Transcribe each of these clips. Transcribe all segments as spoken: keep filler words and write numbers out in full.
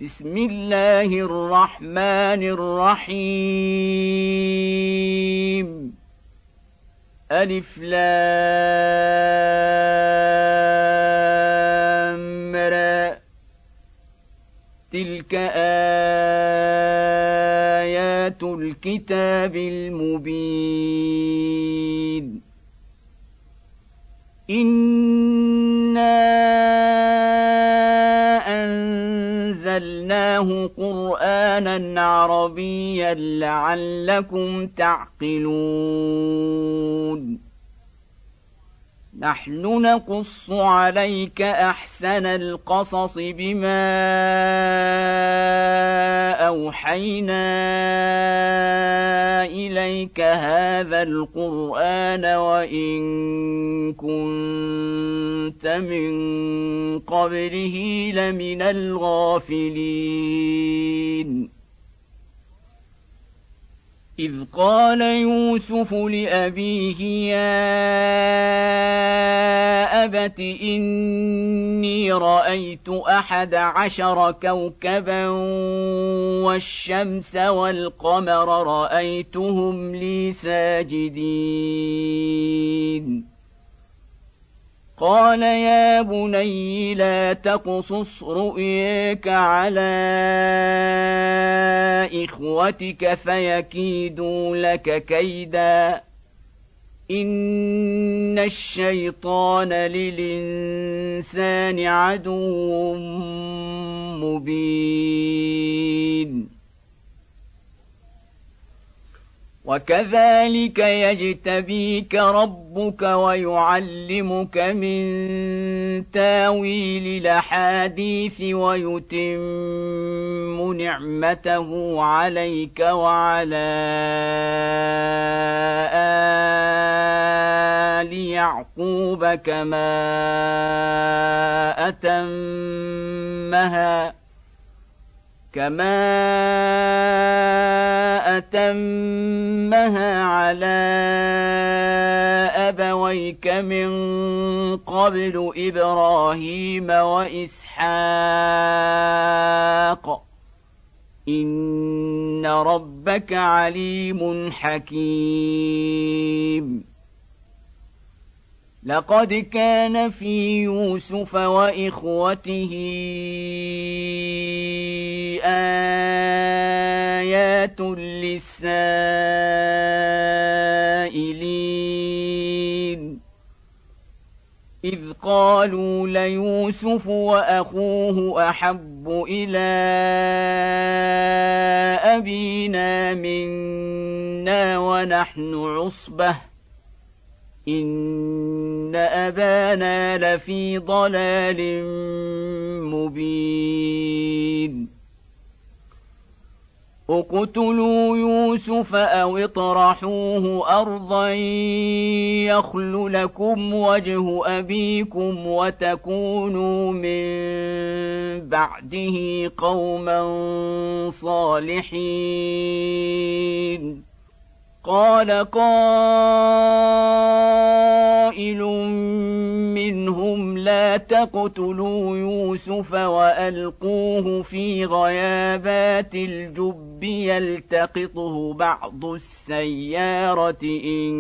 بسم الله الرحمن الرحيم ألف لام را تلك آيات الكتاب المبين إنا أنزلناه قرآنا عربيا لعلكم تعقلون نحن نقص عليك أحسن القصص بما أوحينا إليك هذا القرآن وإن كنت من قبله لمن الغافلين إذ قال يوسف لأبيه يا أبت إني رأيت أحد عشر كوكبا والشمس والقمر رأيتهم لي ساجدين قال يا بني لا تقصص رؤياك على إخوتك فيكيدوا لك كيدا إن الشيطان للإنسان عدو مبين وكذلك يجتبيك ربك ويعلمك من تاويل الأحاديث ويتم نعمته عليك وعلى آل يعقوب كما أتمها كما أتمها على أبويك من قبل إبراهيم وإسحاق إن ربك عليم حكيم لقد كان في يوسف وإخوته آيات للسائلين إذ قالوا ليوسف وأخوه أحب إلى أبينا منا ونحن عصبة إن أبانا لفي ضلال مبين اقتلوا يوسف أو اطرحوه أرضا يخل لكم وجه أبيكم وتكونوا من بعده قوما صالحين قال قائل منهم لا تقتلوا يوسف وألقوه في غيابات الجب يلتقطه بعض السيارة إن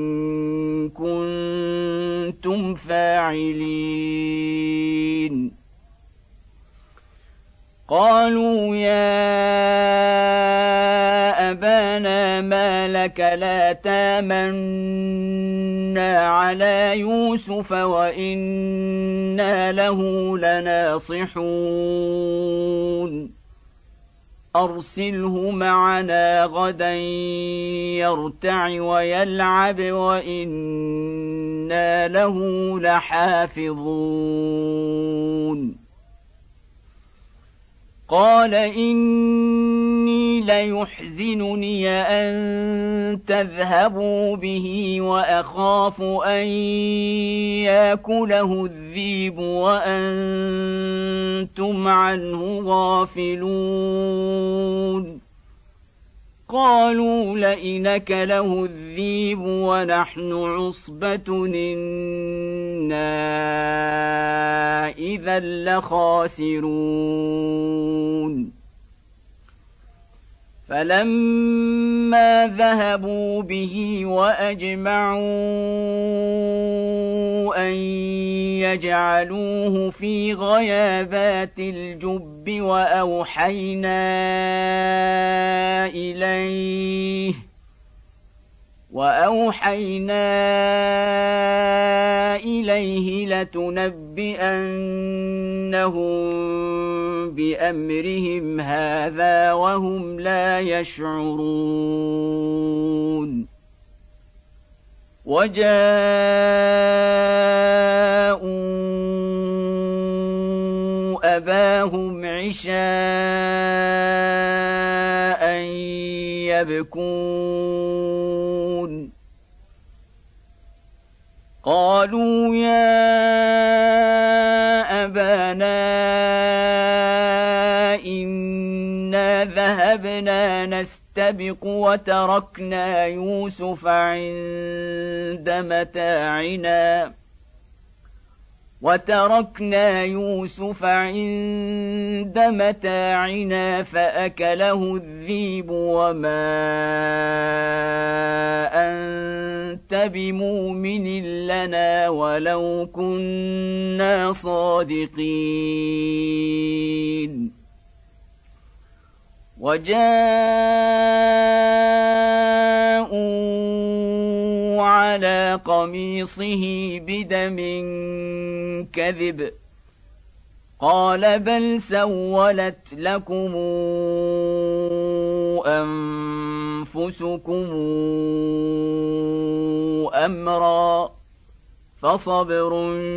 كنتم فاعلين قالوا يا أبانا ما لك لا تامنا على يوسف وإنا له لناصحون أرسله معنا غدا يرتع ويلعب وإنا له لحافظون قال إني ليحزنني أن تذهبوا به وأخاف أن يأكله الذئب وأنتم عنه غافلون قالوا لئن أكله الذئب ونحن عصبة إنا إذا لخاسرون فلما ذهبوا به وأجمعوا أن يجعلوه في غيابات الجب وأوحينا إليه وأوحينا إليه لتنبئنهم بأمرهم هذا وهم لا يشعرون وجاءوا أباهم عشاء يبكون قالوا يا أبانا إنا ذهبنا نستبق وتركنا يوسف عند متاعنا وتركنا يوسف عند متاعنا فأكله الذئب وما أنت بمؤمن لنا ولو كنا صادقين وجاءوا على قميصه بدم كذب قال بل سولت لكم أنفسكم أمرا فصبر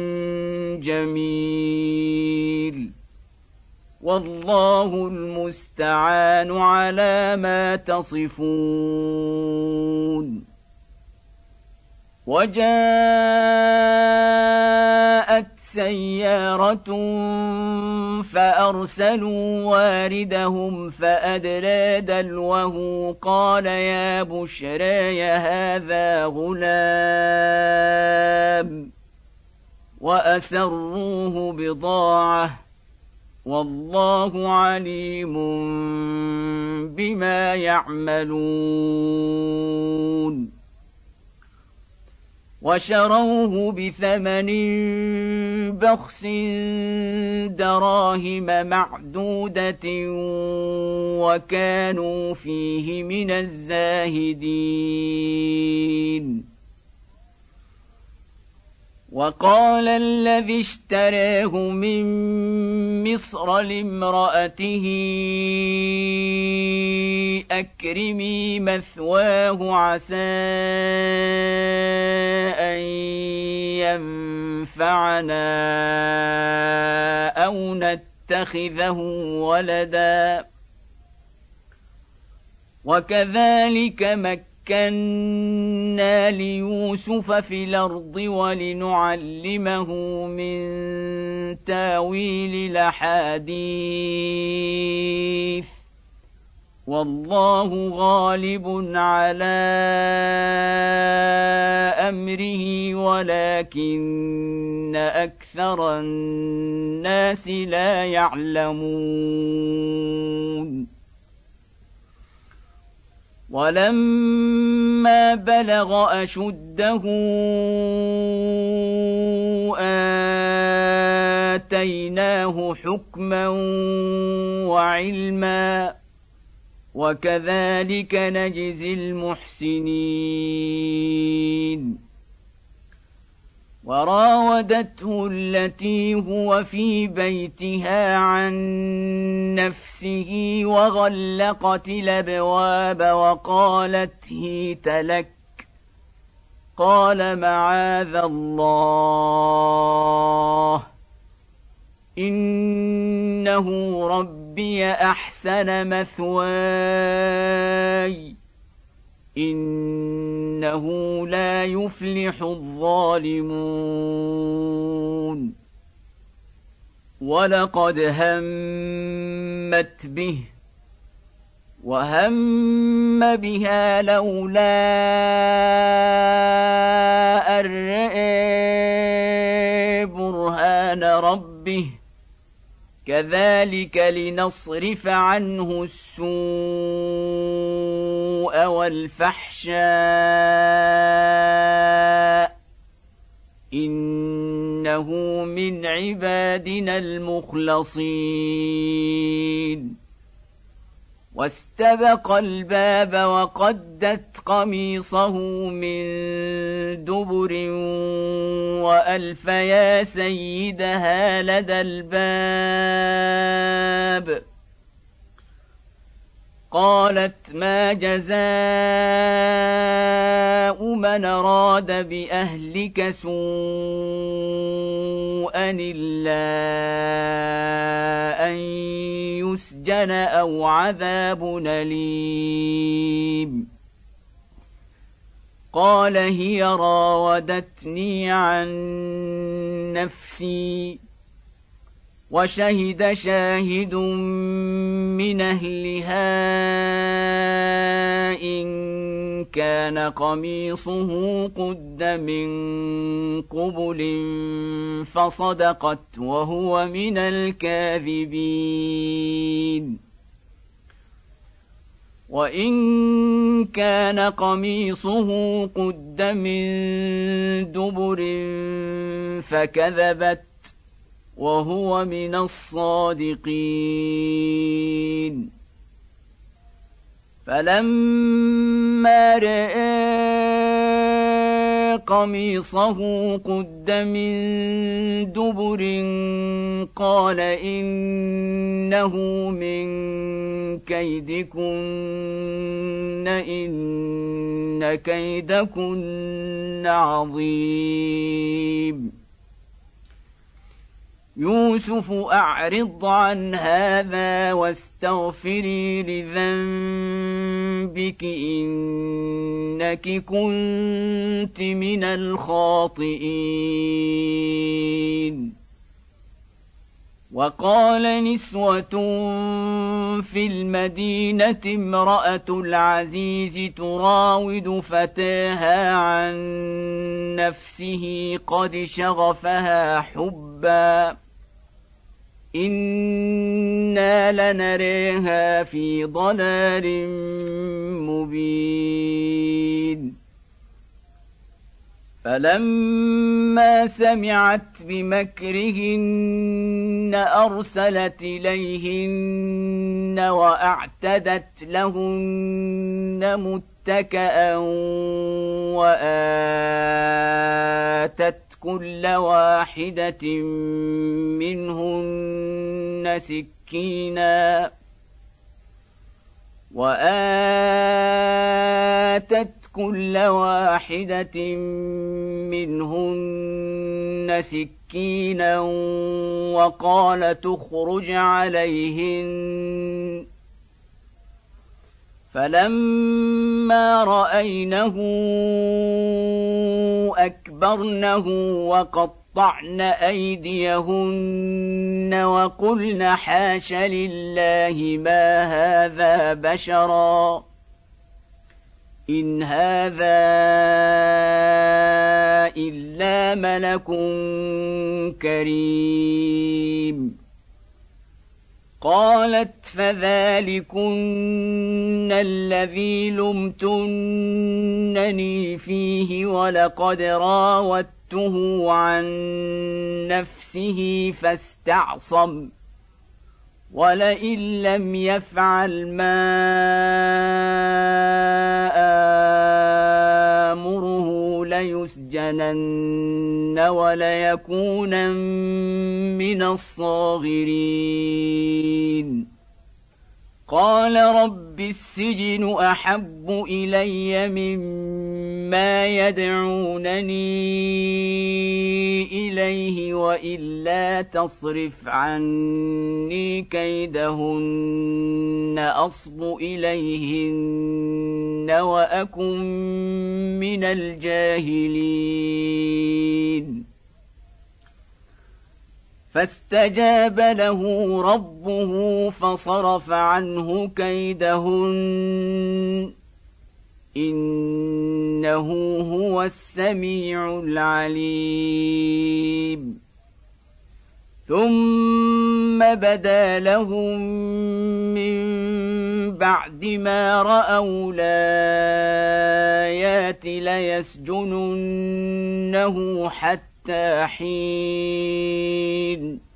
جميل والله المستعان على ما تصفون وجاءت سيارة فأرسلوا واردهم فأدلى دلوه قال يا بشرى هذا غلام وأسروه بضاعة والله عليم بما يعملون وشروه بثمن بخس دراهم معدودة وكانوا فيه من الزاهدين وقال الذي اشتراه من مصر لامرأته أكرمي مثواه عسى أن ينفعنا أو نتخذه ولدا وكذلك مكنا مكنا ليوسف في الأرض ولنعلمه من تاويل الأحاديث والله غالب على أمره ولكن أكثر الناس لا يعلمون ولما بلغ أشده آتيناه حكما وعلما وكذلك نجزي المحسنين وراودته التي هو في بيتها عن نفسه وغلقت الأبواب وقالت هيت لك قال معاذ الله إنه ربي أحسن مثواي إنه لا يفلح الظالمون ولقد همت به وهم بها لولا أن رأى برهان ربه كذلك لنصرف عنه السوء والفحشاء إنه من عبادنا المخلصين واستبق الباب وقدت قميصه من دبر وألف يا سيدها لدى الباب قالت ما جزاء من أراد بأهلك سوءا إلا أن يسجن أو عذاب أليم قال هي راودتني عن نفسي وشهد شاهد من أهلها إن كان قميصه قد من قبل فصدقت وهو من الكاذبين وإن كان قميصه قد من دبر فكذبت وهو من الصادقين فلما رأى قميصه قد من دبر قال إنه من كيدكن إن كيدكن عظيم يوسف أعرض عن هذا واستغفري لذنبك إنك كنت من الخاطئين وقال نسوة في المدينة امرأة العزيز تراود فتاها عن نفسه قد شغفها حبا إنا لنريها في ضلال مبين فلما سمعت بمكرهن أرسلت إليهن وأعتدت لهن متكئا وآتت كل واحدة منهن سكينا وآتت كل واحدة منهن سكينا وقال تخرج عليهن فلما رأينه أكبرنه وقطعن أيديهن وقلن حاش لله ما هذا بشرا إن هذا إلا ملك كريم قالت فذلكن الذي لمتنني فيه ولقد راودته عن نفسه فاستعصم ولئن لم يفعل ما آمره ليسجنن وليكونن من الصاغرين قال رب السجن أحب إلي مما يدعونني إليه وإلا تصرف عني كيدهن أصب إليهن وأكن من الجاهلين فاستجاب له ربه فصرف عنه كيدهن إنه هو السميع العليم ثم بدا لهم من بعد ما رأوا الآيات ليسجننه حتى حين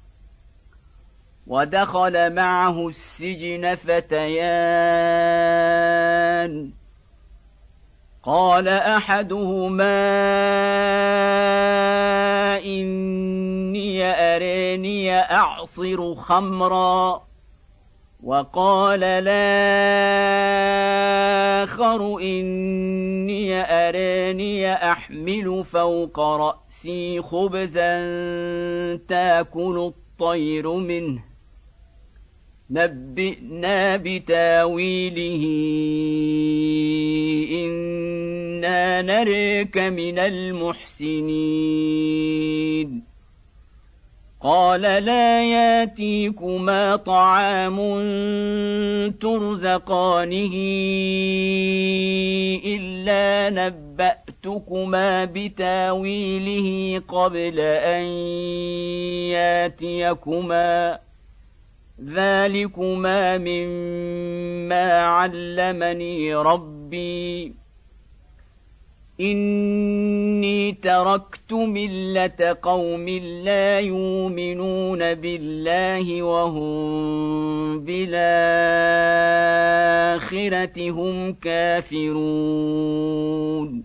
ودخل معه السجن فتيان قال أحدهما إني أراني أعصر خمرا وقال الآخر إني أراني أحمل فوق رأسي خبزا تأكل الطير منه نبئنا بتاويله إنا نريك من المحسنين قال لا ياتيكما طعام ترزقانه إلا نبأتكما بتاويله قبل أن ياتيكما ذلكما مما علمني ربي إني تركت ملة قوم لا يؤمنون بالله وهم بالآخرة هم كافرون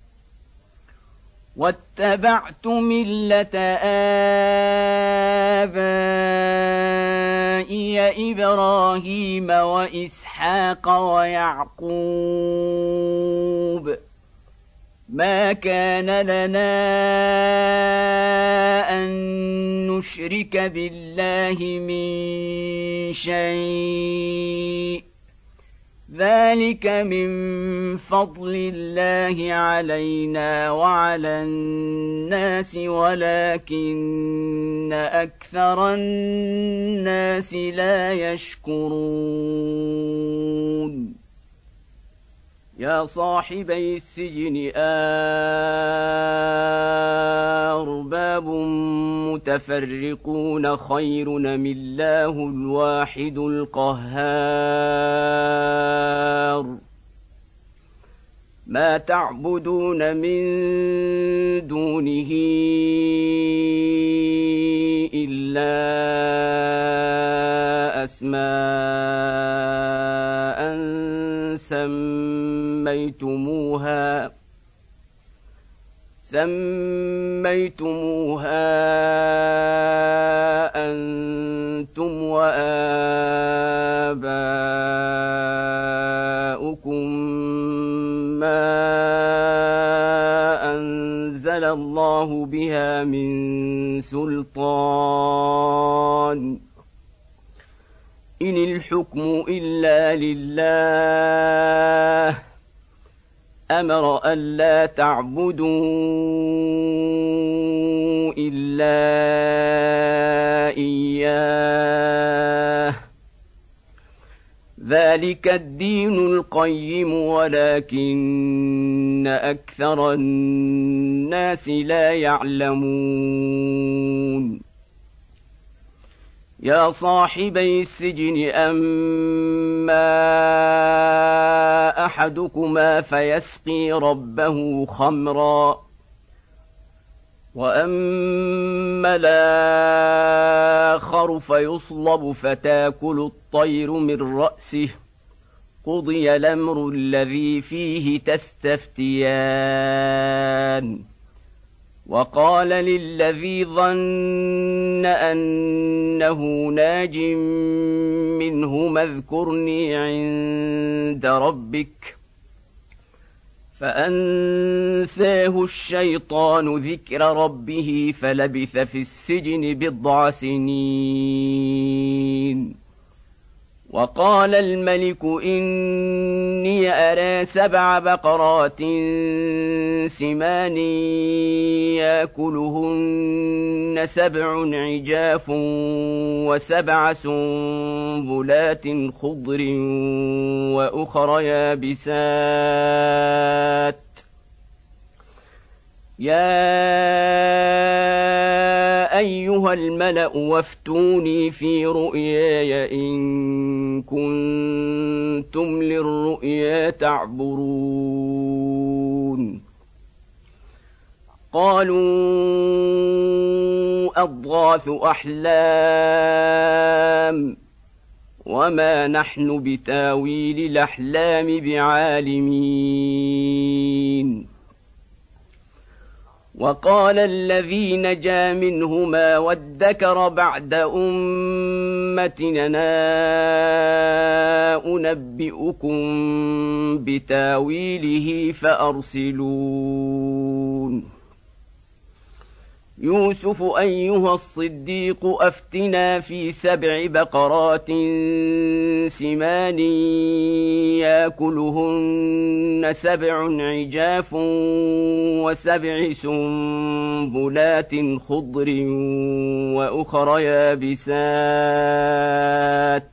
واتبعت ملة آبائي إبراهيم وإسحاق ويعقوب ما كان لنا أن نشرك بالله من شيء ذلك من فضل الله علينا وعلى الناس ولكن أكثر الناس لا يشكرون يا صاحبي السجن أرباب متفرقون خير أم الله الواحد القهار ما تعبدون من دونه إلا أسماء سميتموها سميتموها أنتم وآباؤكم ما أنزل الله بها من سلطان إن الحكم إلا لله أمر ألا تعبدوا إلا إياه ذلك الدين القيم ولكن أكثر الناس لا يعلمون يا صاحبي السجن أما أحدكما فيسقي ربه خمرا وأما الآخر فيصلب فتاكل الطير من رأسه قضي الأمر الذي فيه تستفتيان وقال للذي ظن أنه ناج منه اذكرني عند ربك فأنساه الشيطان ذكر ربه فلبث في السجن بضع سنين وقال الملك إني أرى سبع بقرات سمان يأكلهن سبع عجاف وسبع سنبلات خضر وأخر يابسات يا أيها الملأ وافتوني في رؤياي إن كنتم للرؤيا تعبرون قالوا أضغاث أحلام وما نحن بتاويل الأحلام بعالمين وقال الذي نجا منهما وادكر بعد أمتنا أنبئكم بتاويله فأرسلون يوسف أيها الصديق أفتنا في سبع بقرات سمان يأكلهن سبع عجاف وسبع سنبلات خضر وأخر يابسات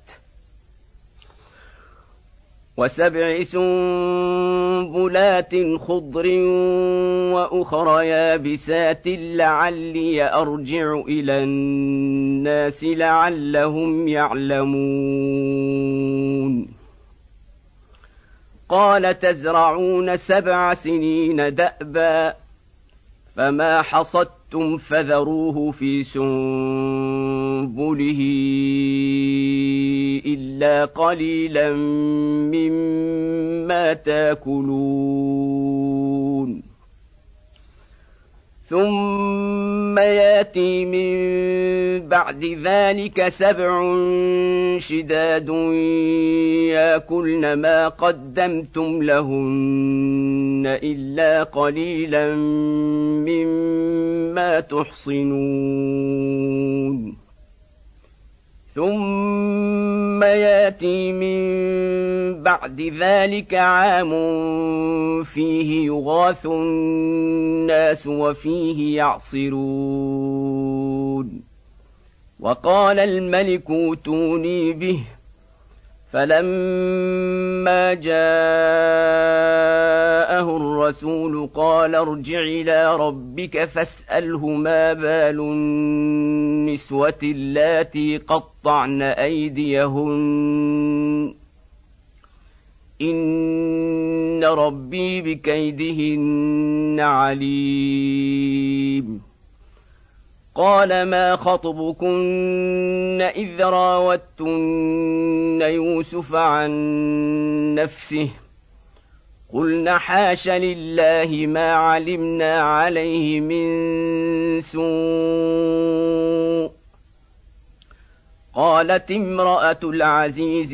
وسبع سنبلات خضر وأخر يابسات لعلي أرجع إلى الناس لعلهم يعلمون قال تزرعون سبع سنين دأبا فما حصدتم فذروه في سنبله إلا قليلا مما تأكلون ثم يأتي من بعد ذلك سبع شداد يأكلن ما قدمتم لهن إلا قليلا مما تحصنون ثم يأتي من بعد ذلك عام فيه يغاث الناس وفيه يعصرون وقال الملك ائتوني به فلما جاءه الرسول قال ارجع إلى ربك فاسأله ما بال النسوة اللاتي قطعن أيديهن إن ربي بكيدهن عليم قال ما خطبكن إذ راوتن يوسف عن نفسه قلنا حاش لله ما علمنا عليه من سوء قالت امرأة العزيز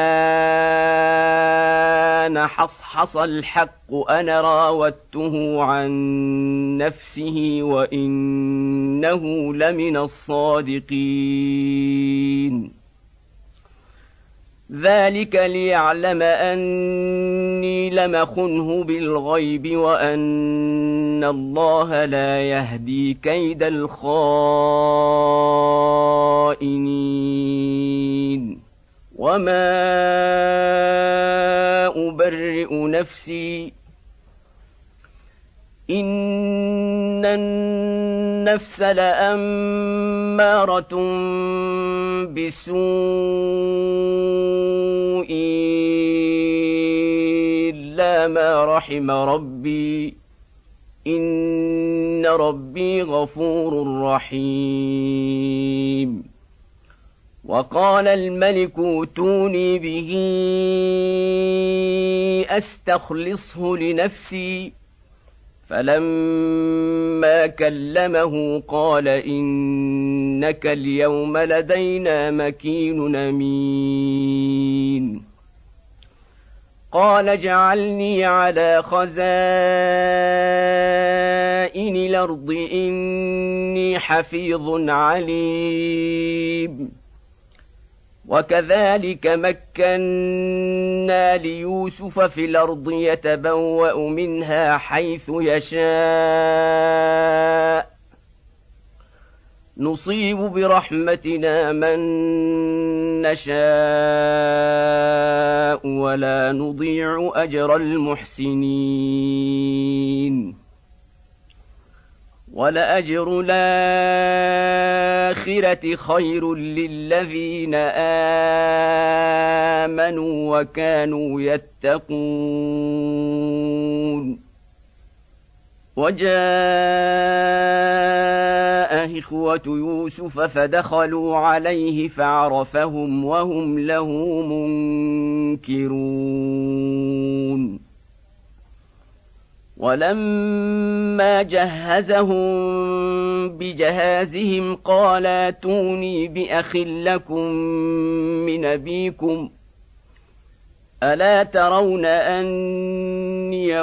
لا نحصحص الحق أنا راودته عن نفسه وإنه لمن الصادقين ذلك ليعلم أني لم أخنه بالغيب وأن الله لا يهدي كيد الخائنين وما أبرئ نفسي إن النفس لأمارة بالسوء إلا ما رحم ربي إن ربي غفور رحيم وقال الملك ائتوني به أستخلصه لنفسي فلما كلمه قال إنك اليوم لدينا مكين أمين قال اجعلني على خزائن الأرض إني حفيظ عليم وكذلك مكنا ليوسف في الأرض يتبوأ منها حيث يشاء نصيب برحمتنا من نشاء ولا نضيع أجر المحسنين ولأجر الآخرة خير للذين آمنوا وكانوا يتقون. وجاء إخوة يوسف فدخلوا عليه فعرفهم وهم له منكرون. ولما جهزهم بجهازهم قال ائتوني بأخ لكم من أبيكم ألا ترون أني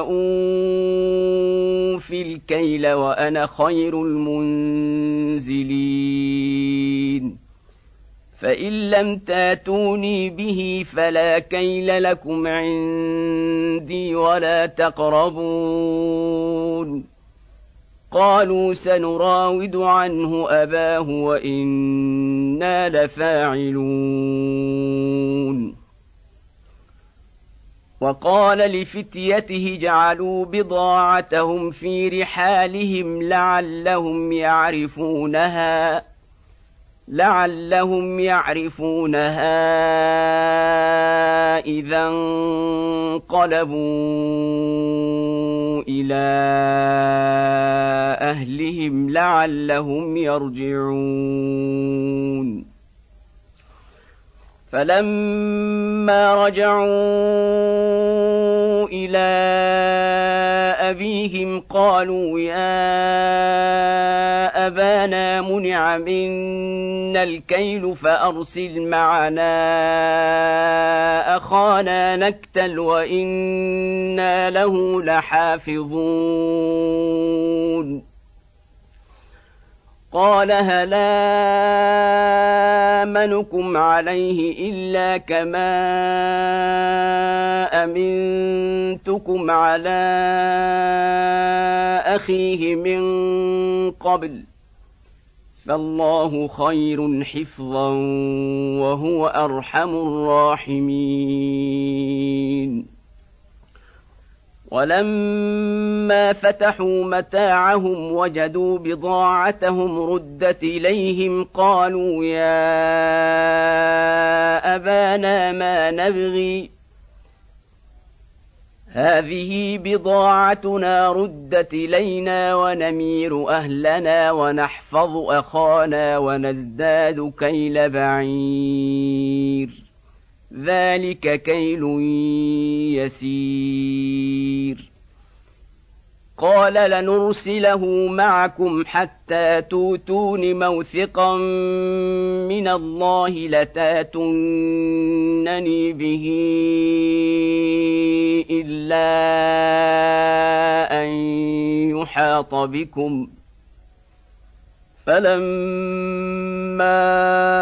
أوفي الكيل وأنا خير المنزلين فإن لم تاتوني به فلا كيل لكم عندي ولا تقربون. قالوا سنراود عنه أباه وإنا لفاعلون. وقال لفتيته جعلوا بضاعتهم في رحالهم لعلهم يعرفونها لعلهم يعرفونها إذا انقلبوا إلى أهلهم لعلهم يرجعون. فلما رجعوا إلى أبيهم قالوا يا أبانا منع منا الكيل فأرسل معنا أخانا نكتل وإنا له لحافظون. قال هل آمنكم عليه إلا كما أمنتكم على أخيه من قبل فالله خير حفظا وهو أرحم الراحمين. ولما فتحوا متاعهم وجدوا بضاعتهم ردت إليهم قالوا يا أبانا ما نبغي هذه بضاعتنا ردت إلينا ونمير أهلنا ونحفظ أخانا ونزداد كيل بعير ذلك كيل يسير. قال لنرسله معكم حتى توتون موثقا من الله لتاتونني به إلا أن يحاط بكم فلما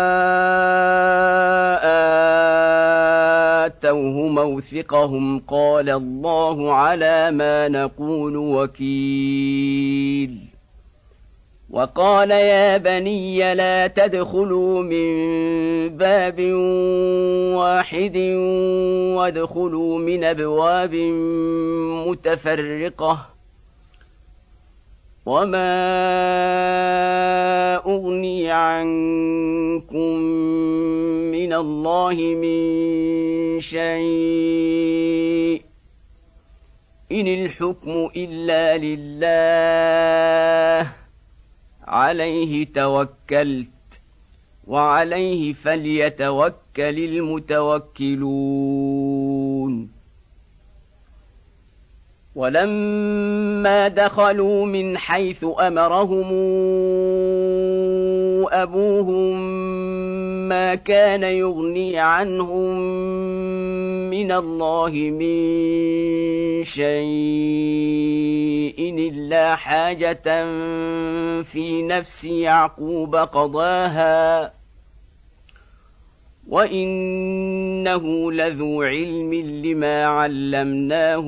آتوه موثقهم قال الله على ما نقول وكيل. وقال يا بني لا تدخلوا من باب واحد وادخلوا من أبواب متفرقة وما أغني عنكم من الله من شيء إن الحكم إلا لله عليه توكلت وعليه فليتوكل المتوكلون. ولما دخلوا من حيث أمرهم أبوهم ما كان يغني عنهم من الله من شيء إلا حاجة في نفس يعقوب قضاها وإنه لذو علم لما علمناه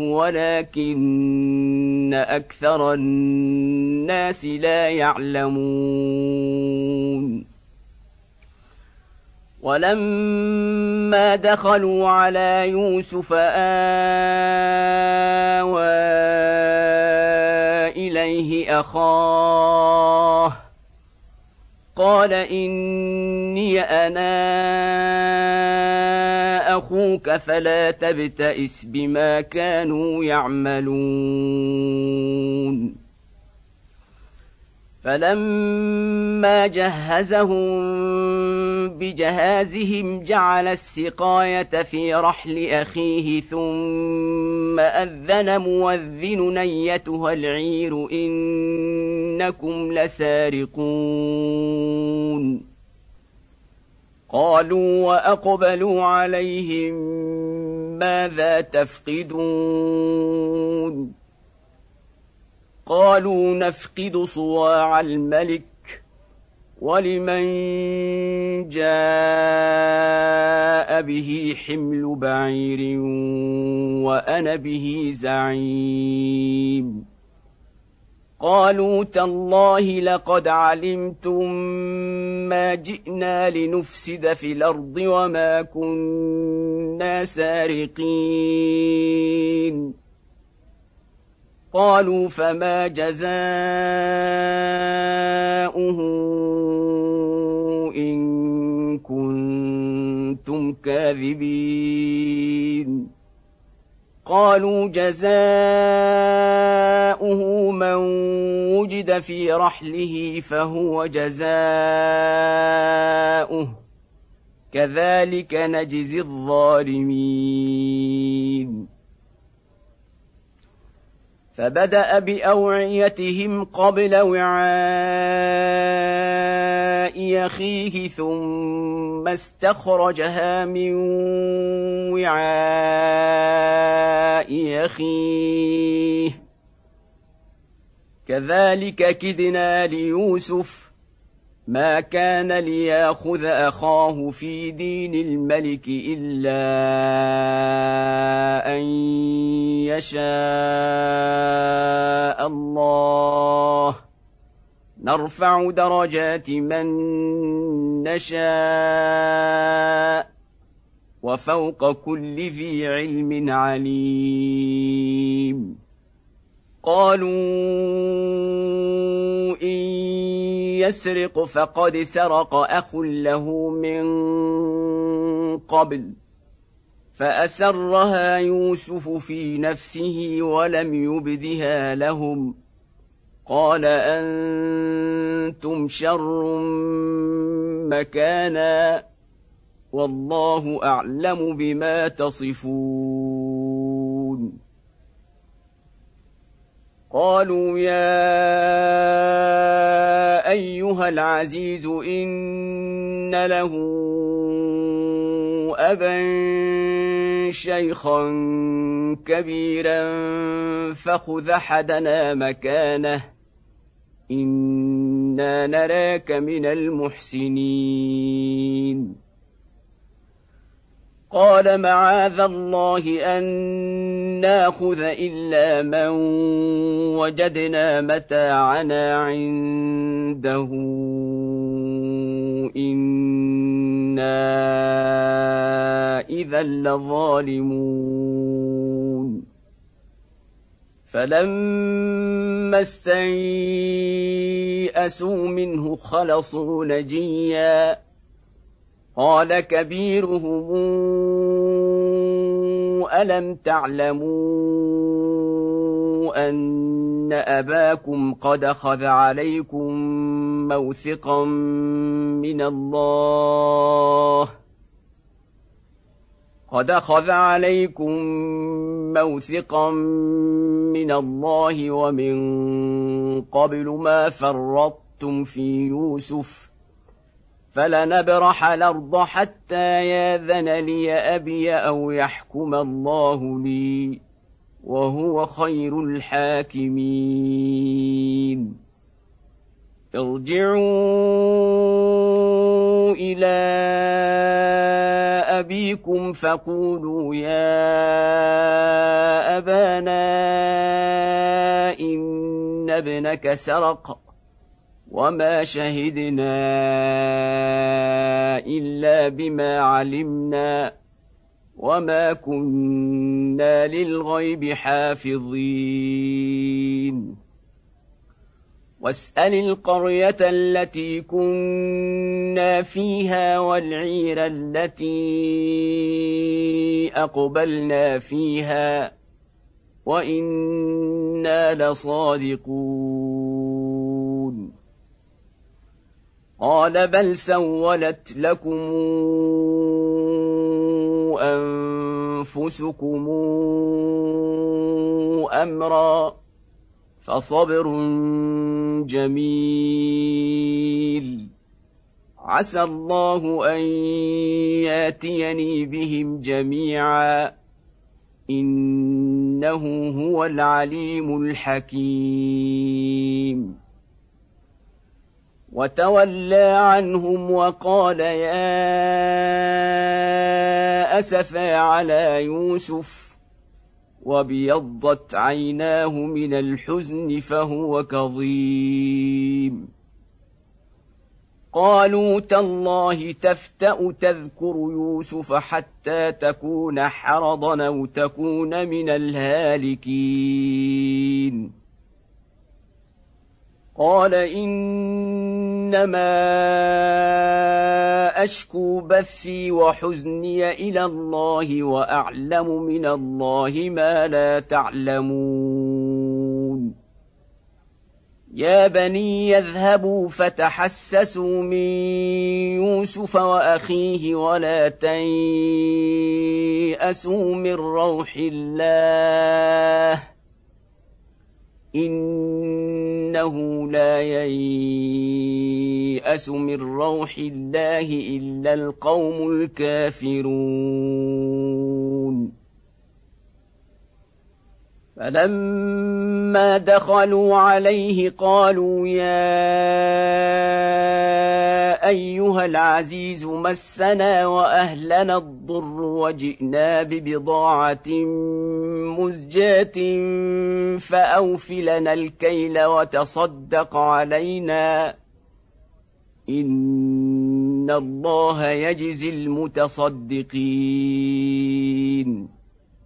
ولكن أكثر الناس لا يعلمون. ولما دخلوا على يوسف آوى إليه أخاه قال إني أنا أخوك فلا تبتئس بما كانوا يعملون فلما جهزهم بجهازهم جعل السقاية في رحل أخيه ثم أذن مؤذن أيتها العير إنكم لسارقون قالوا وأقبلوا عليهم ماذا تفقدون قالوا نفقد صواع الملك ولمن جاء به حمل بعير وأنا به زعيم قالوا تالله لقد علمتم ما جئنا لنفسد في الأرض وما كنا سارقين قالوا فما جزاؤه إن كنتم كاذبين قالوا جزاؤه من وجد في رحله فهو جزاؤه كذلك نجزي الظالمين فبدأ بأوعيتهم قبل وعاء أخيه ثم استخرجها من وعاء أخيه كذلك كدنا ليوسف ما كان ليأخذ أخاه في دين الملك إلا أن يشاء الله نرفع درجات من نشاء وفوق كل ذي علم عليم قالوا إن يسرق فقد سرق أخ له من قبل فأسرها يوسف في نفسه ولم يبدها لهم قال أنتم شر مكانا والله أعلم بما تصفون قالوا يا أيها العزيز إن له أبا شيخا كبيرا فخذ أحدنا مكانه إنا نراك من المحسنين قال معاذ الله أن ناخذ إلا من وجدنا متاعنا عنده إنا إذا لظالمون فلما استيئسوا منه خلصوا نجيا قال كبيرهم ألم تعلموا أن أباكم قد أخذ عليكم موثقا من الله قد أخذ عليكم موثقا من الله ومن قبل ما فرطتم في يوسف فلنبرح الأرض حتى ياذن لي أبي أو يحكم الله لي وهو خير الحاكمين ارجعوا إلى أبيكم فقولوا يا أبانا إن ابنك سرق وما شهدنا إلا بما علمنا وما كنا للغيب حافظين واسأل القرية التي كنا فيها والعير التي أقبلنا فيها وإنا لصادقون قال بل سولت لكم أنفسكم أمرا فصبر جميل عسى الله أن ياتيني بهم جميعا إنه هو العليم الحكيم وتولى عنهم وقال يا أسفا على يوسف وابيضت عيناه من الحزن فهو كظيم قالوا تالله تفتأ تذكر يوسف حتى تكون حرضا أو تكون من الهالكين قال إنما أشكو بثي وحزني إلى الله وأعلم من الله ما لا تعلمون يا بني يذهبوا فتحسسوا من يوسف وأخيه ولا تيأسوا من روح الله إنه لا ييأس من روح الله إلا القوم الكافرون فلما دخلوا عليه قالوا يا أيها العزيز مسنا وأهلنا الضر وجئنا ببضاعة مزجاة فأوف لنا الكيل وتصدق علينا إن الله يجزي المتصدقين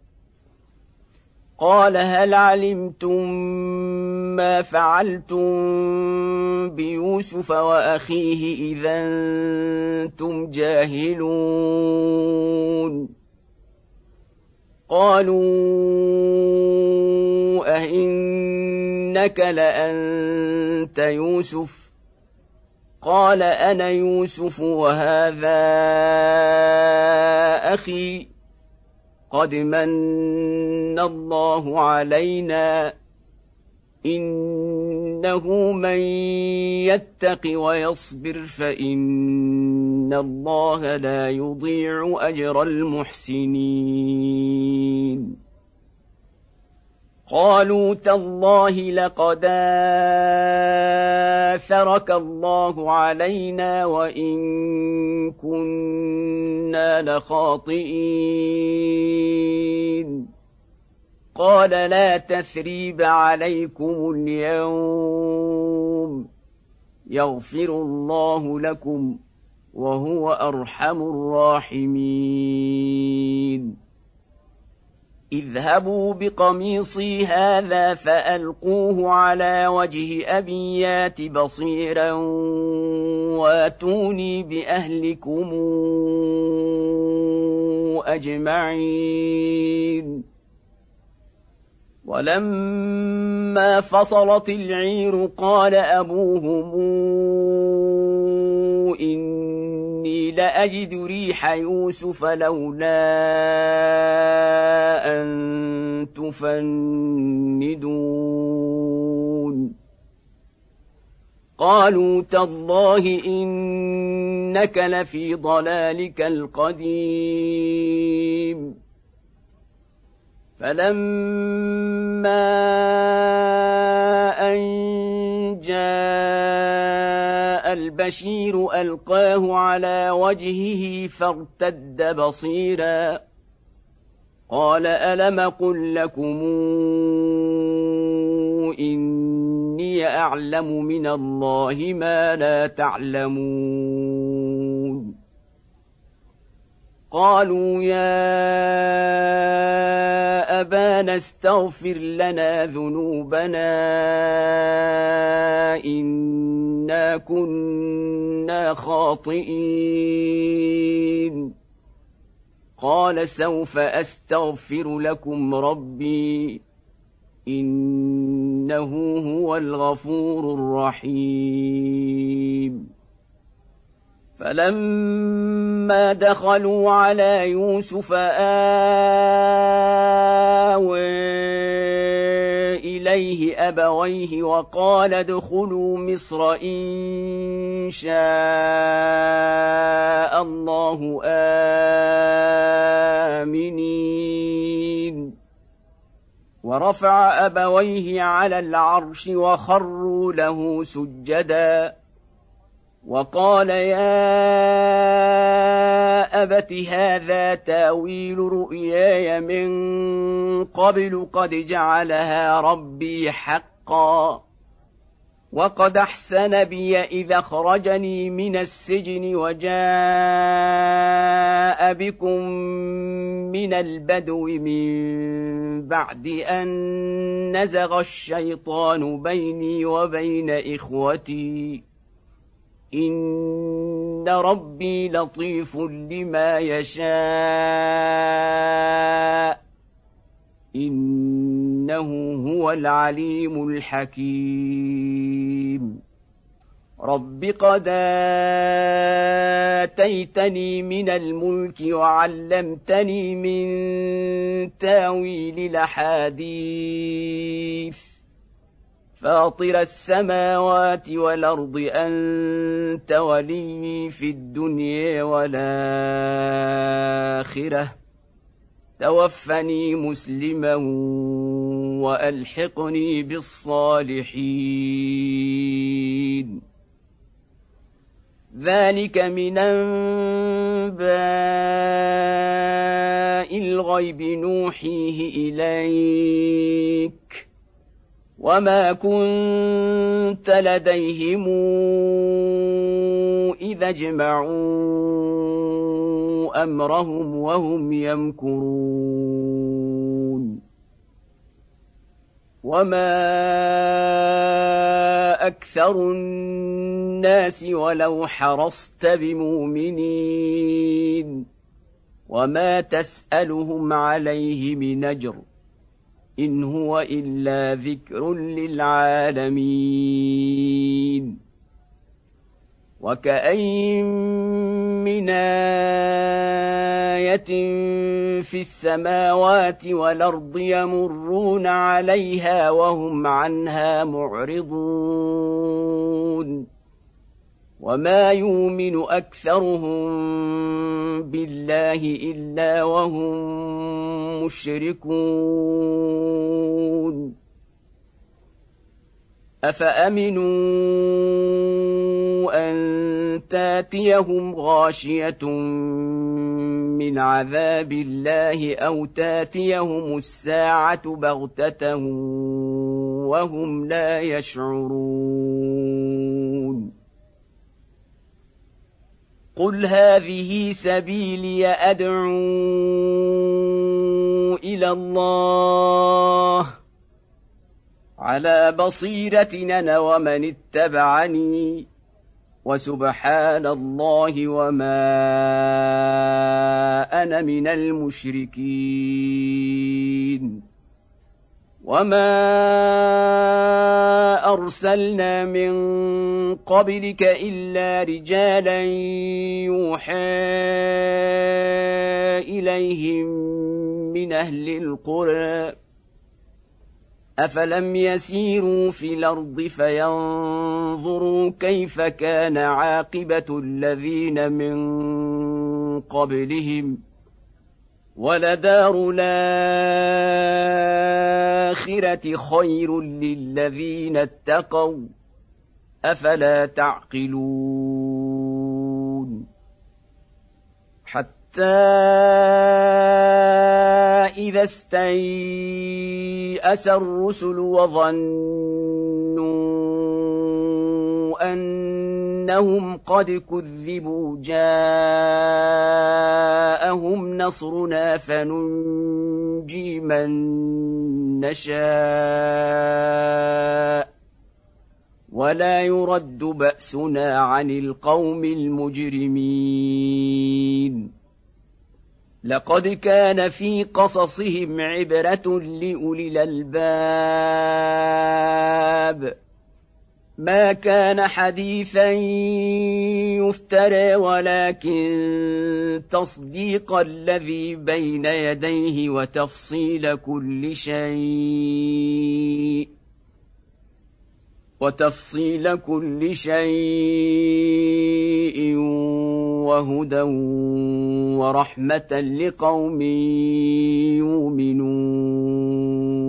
قال هل علمتم ما فعلتم بيوسف وأخيه إذا أنتم جاهلون قالوا أئنك لأنت يوسف قال أنا يوسف وهذا أخي قد من الله علينا إنه من يتق ويصبر فإن الله لا يضيع أجر المحسنين قالوا تالله لقد آثرك الله علينا وإن كنا لخاطئين قال لا تثريب عليكم اليوم يغفر الله لكم وهو أرحم الراحمين اذهبوا بقميصي هذا فألقوه على وجه أبي يات بصيرا واتوني بأهلكم أجمعين ولما فصلت العير قال أبوهم إني لأجد ريح يوسف لولا أن تفندون قالوا تالله إنك لفي ضلالك القديم فلما أن جاء البشير ألقاه على وجهه فارتد بصيرا قال ألم قل لكم إني أعلم من الله ما لا تعلمون قالوا يا أبانا استغفر لنا ذنوبنا إنا كنا خاطئين قال سوف أستغفر لكم ربي إنه هو الغفور الرحيم فلما دخلوا على يوسف آوى إليه أبويه وقال ادخلوا مصر إن شاء الله آمنين ورفع أبويه على العرش وخروا له سجدا وقال يا أبت هذا تاويل رؤياي من قبل قد جعلها ربي حقا وقد أحسن بي إذا أخرجني من السجن وجاء بكم من البدو من بعد أن نزغ الشيطان بيني وبين إخوتي إن ربي لطيف لما يشاء إنه هو العليم الحكيم رب قد آتيتني من الملك وعلمتني من تاويل الأحاديث فاطر السماوات والأرض أنت ولي في الدنيا والآخرة توفني مسلما وألحقني بالصالحين ذلك من أنباء الغيب نوحيه إليك وما كنت لديهم إذا اجمعوا أمرهم وهم يمكرون وما أكثر الناس ولو حرصت بمؤمنين وما تسألهم عليه من أجر إن هو إلا ذكر للعالمين وكأين من آية في السماوات والأرض يمرون عليها وهم عنها معرضون وما يؤمن أكثرهم بالله إلا وهم مشركون أفأمنوا أن تاتيهم غاشية من عذاب الله أو تاتيهم الساعة بغتة وهم لا يشعرون قل هذه سبيلي أدعو إلى الله على بصيرة أنا ومن اتبعني وسبحان الله وما أنا من المشركين وما أرسلنا من قبلك إلا رجالا يوحى إليهم من أهل القرى أفلم يسيروا في الأرض فينظروا كيف كان عاقبة الذين من قبلهم ولدار الآخرة خير للذين اتقوا أفلا تعقلون حتى إذا استيأس الرسل وظنوا أنهم قد كذبوا جاءهم نصرنا فننجي لمن نشاء ولا يرد بأسنا عن القوم المجرمين لقد كان في قصصهم عبرة لأولي الألباب ما كان حديثا يفترى ولكن تصديق الذي بين يديه وتفصيل كل شيء وتفصيل كل شيء وهدى ورحمة لقوم يؤمنون